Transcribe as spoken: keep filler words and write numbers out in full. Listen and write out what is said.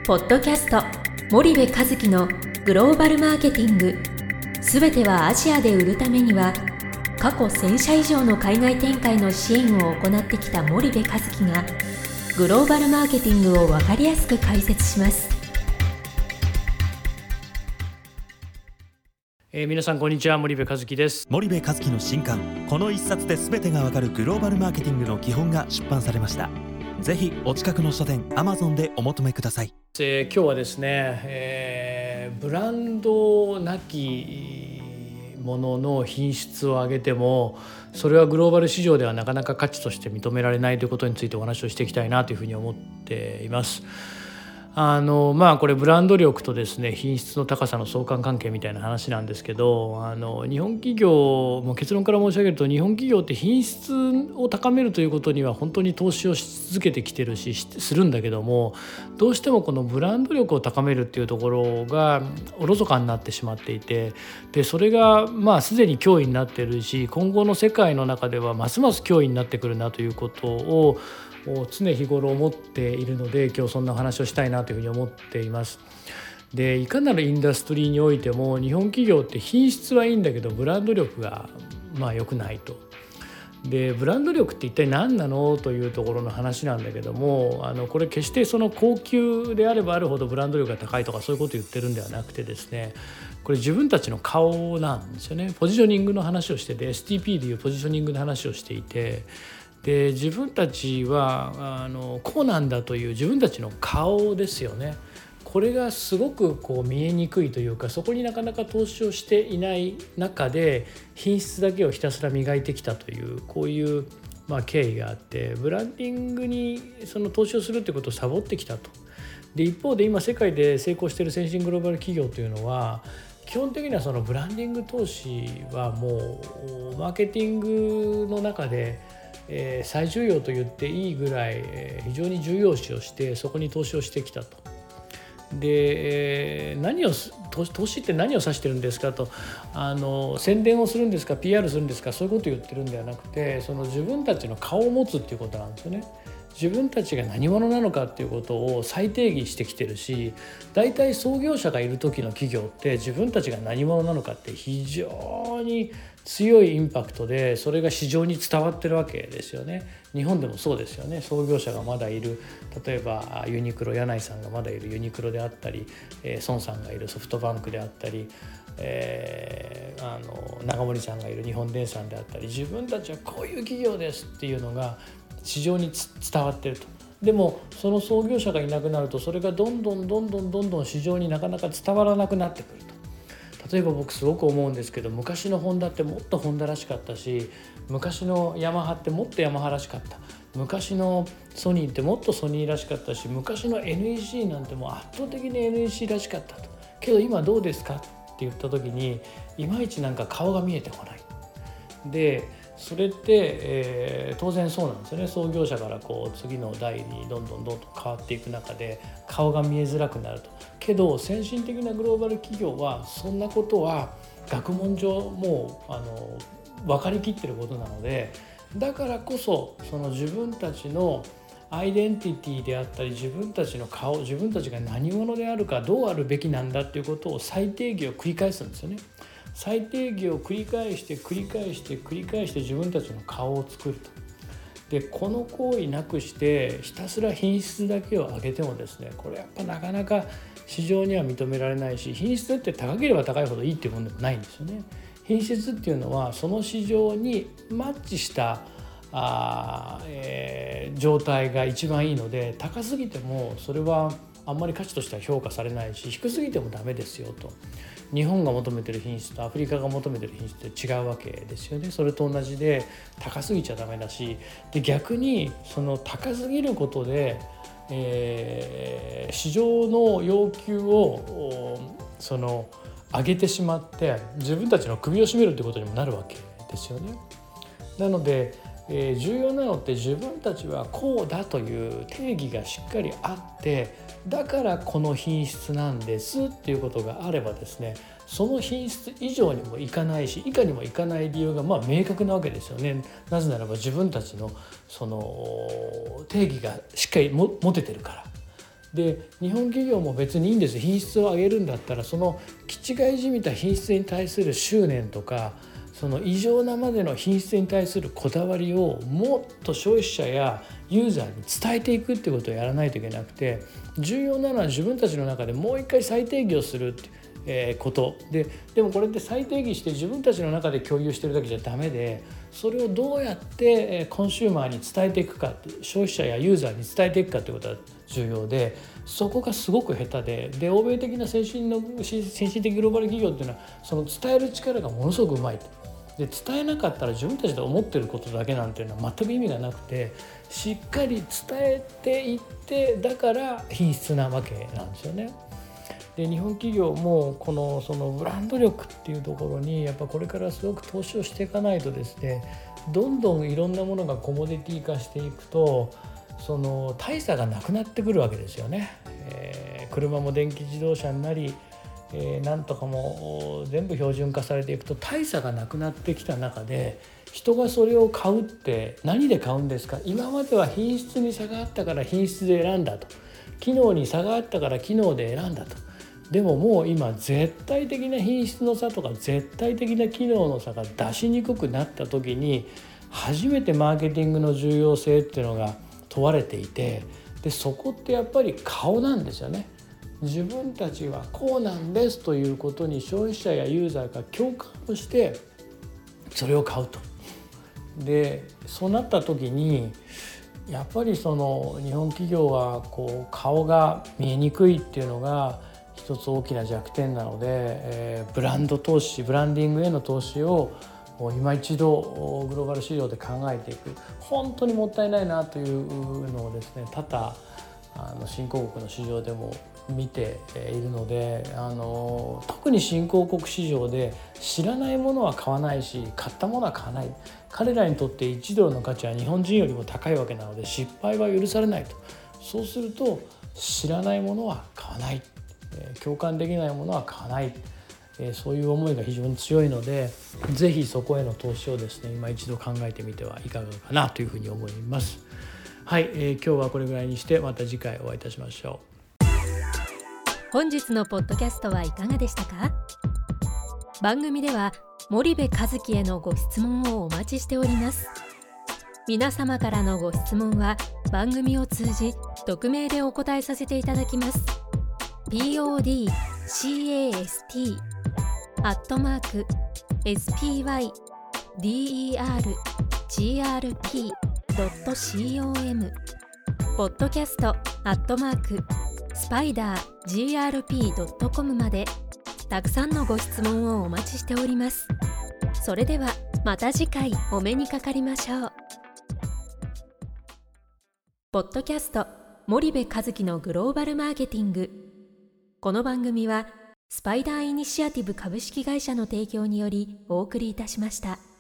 ポッドキャスト森部和樹のグローバルマーケティング、すべてはアジアで売るためには、過去せん社以上の海外展開の支援を行ってきた森部和樹がグローバルマーケティングを分かりやすく解説します。 えー、皆さんこんにちは、森部和樹です。 森部和樹の新刊、この一冊で全てがわかるグローバルマーケティングの基本が出版されました。ぜひお近くの書店 Amazon でお求めください。 えー、今日はですね、えー、ブランドなきものの品質を上げてもそれはグローバル市場ではなかなか価値として認められないということについてお話をしていきたいなというふうに思っています。あのまあこれブランド力とですね、品質の高さの相関関係みたいな話なんですけど、あの日本企業も結論から申し上げると、日本企業って品質を高めるということには本当に投資をし続けてきてるしするんだけども、どうしてもこのブランド力を高めるっていうところがおろそかになってしまっていて、でそれがまあすでに脅威になっているし、今後の世界の中ではますます脅威になってくるなということを常日頃思っているので、今日そんな話をしたいなというふうに思っています。でいかなるインダストリーにおいても日本企業って品質はいいんだけどブランド力がまあ良くないと。でブランド力って一体何なのというところの話なんだけども、あのこれ決してその高級であればあるほどブランド力が高いとかそういうことを言ってるんではなくてですね、これ自分たちの顔なんですよね。ポジショニングの話をしてて、 エスティーピー でいうポジショニングの話をしていて、で自分たちはあのこうなんだという自分たちの顔ですよね。これがすごくこう見えにくいというか、そこになかなか投資をしていない中で品質だけをひたすら磨いてきたという、こういうまあ経緯があって、ブランディングにその投資をするってことをサボってきたと。で一方で今世界で成功している先進グローバル企業というのは、基本的にはそのブランディング投資はもうマーケティングの中でえー、最重要と言っていいぐらい、えー、非常に重要視をしてそこに投資をしてきたと。で、えー、何を投資って何を指してるんですかと、あの宣伝をするんですか ピーアール するんですか、そういうことを言ってるんではなくて、その自分たちの顔を持つっていうことなんですよね。自分たちが何者なのかっていうことを再定義してきてるし、大体創業者がいる時の企業って自分たちが何者なのかって非常に強いインパクトで、それが市場に伝わってるわけですよね。日本でもそうですよね。創業者がまだいる、例えばユニクロ、柳井さんがまだいるユニクロであったり、えー、孫さんがいるソフトバンクであったり、えー、あの長森さんがいる日本電産であったり、自分たちはこういう企業ですっていうのが市場に伝わってると。でもその創業者がいなくなると、それがどんどんどんどんどんどん市場になかなか伝わらなくなってくると。例えば僕すごく思うんですけど、昔のホンダってもっとホンダらしかったし、昔のヤマハってもっとヤマハらしかった、昔のソニーってもっとソニーらしかったし、昔の エヌイーシー なんてもう圧倒的に エヌイーシー らしかったと。けど今どうですかって言った時にいまいちなんか顔が見えてこない。でそれって、えー、当然そうなんですよね。創業者からこう次の代にどんどんどんどん変わっていく中で顔が見えづらくなると。けど先進的なグローバル企業はそんなことは学問上もうあの分かりきってることなので、だからこそその自分たちのアイデンティティであったり、自分たちの顔、自分たちが何者であるか、どうあるべきなんだっていうことを再定義を繰り返すんですよね。再定義を繰り返して繰り返して繰り返して自分たちの顔を作ると。でこの行為なくしてひたすら品質だけを上げてもですね、これやっぱなかなか市場には認められないし、品質って高ければ高いほどいいっていうものでもないんですよね。品質っていうのはその市場にマッチしたあ、えー、状態が一番いいので、高すぎてもそれはあんまり価値としては評価されないし、低すぎてもダメですよと。日本が求めてる品質とアフリカが求めてる品質って違うわけですよね。それと同じで高すぎちゃダメだし、で逆にその高すぎることで、えー、市場の要求をその上げてしまって自分たちの首を絞めるってことにもなるわけですよね。なのでえー、重要なのって自分たちはこうだという定義がしっかりあって、だからこの品質なんですっていうことがあればですね、その品質以上にもいかないし以下にもいかない理由がまあ明確なわけですよね。なぜならば自分たちのその定義がしっかりも持ててるから。 で日本企業も別にいいんです。品質を上げるんだったらその気違いじみた品質に対する執念とかその異常なまでの品質に対するこだわりをもっと消費者やユーザーに伝えていくってことをやらないといけなくて、重要なのは自分たちの中でもう一回再定義をするってえー、ことで、でもこれって再定義して自分たちの中で共有してるだけじゃダメで、それをどうやってコンシューマーに伝えていくか、消費者やユーザーに伝えていくかということが重要で、そこがすごく下手で、で欧米的な先進の先進的グローバル企業っていうのはその伝える力がものすごくうまいと。で伝えなかったら自分たちで思ってることだけなんていうのは全く意味がなくて、しっかり伝えていってだから品質なわけなんですよね。で日本企業もこのそのブランド力っていうところにやっぱこれからすごく投資をしていかないとですね、どんどんいろんなものがコモディティ化していくとその大差がなくなってくるわけですよね。えー、車も電気自動車になり、えー、なんとかも全部標準化されていくと大差がなくなってきた中で、人がそれを買うって何で買うんですか。今までは品質に差があったから品質で選んだと、機能に差があったから機能で選んだと。でももう今絶対的な品質の差とか絶対的な機能の差が出しにくくなった時に初めてマーケティングの重要性っていうのが問われていて、でそこってやっぱり顔なんですよね。自分たちはこうなんですということに消費者やユーザーが共感をしてそれを買うと。でそうなった時にやっぱりその日本企業はこう顔が見えにくいっていうのが一つ大きな弱点なので、えー、ブランド投資ブランディングへの投資を今一度グローバル市場で考えていく、本当にもったいないなというのをですね、多々あの新興国の市場でも見ているので、あの特に新興国市場で知らないものは買わないし買ったものは買わない。彼らにとっていちドルの価値は日本人よりも高いわけなので失敗は許されないと。そうすると知らないものは買わない、共感できないものは買わない、そういう思いが非常に強いので、ぜひそこへの投資をですね今一度考えてみてはいかがかなというふうに思います。はい、えー、今日はこれぐらいにしてまた次回お会いいたしましょう。 本日のポッドキャストはいかがでしたか？番組では森部一樹へのご質問をお待ちしております。皆様からのご質問は番組を通じ匿名でお答えさせていただきます。ピーオーディーキャスト アットマーク エスピーワイディーイーアールジーアールピー ドット コム ポッドキャストアットマークスパイダー ジーアールピー ドット コム までたくさんのご質問をお待ちしております。それではまた次回お目にかかりましょう。ポッドキャスト森部一樹のグローバルマーケティング。この番組はスパイダーイニシアティブ株式会社の提供によりお送りいたしました。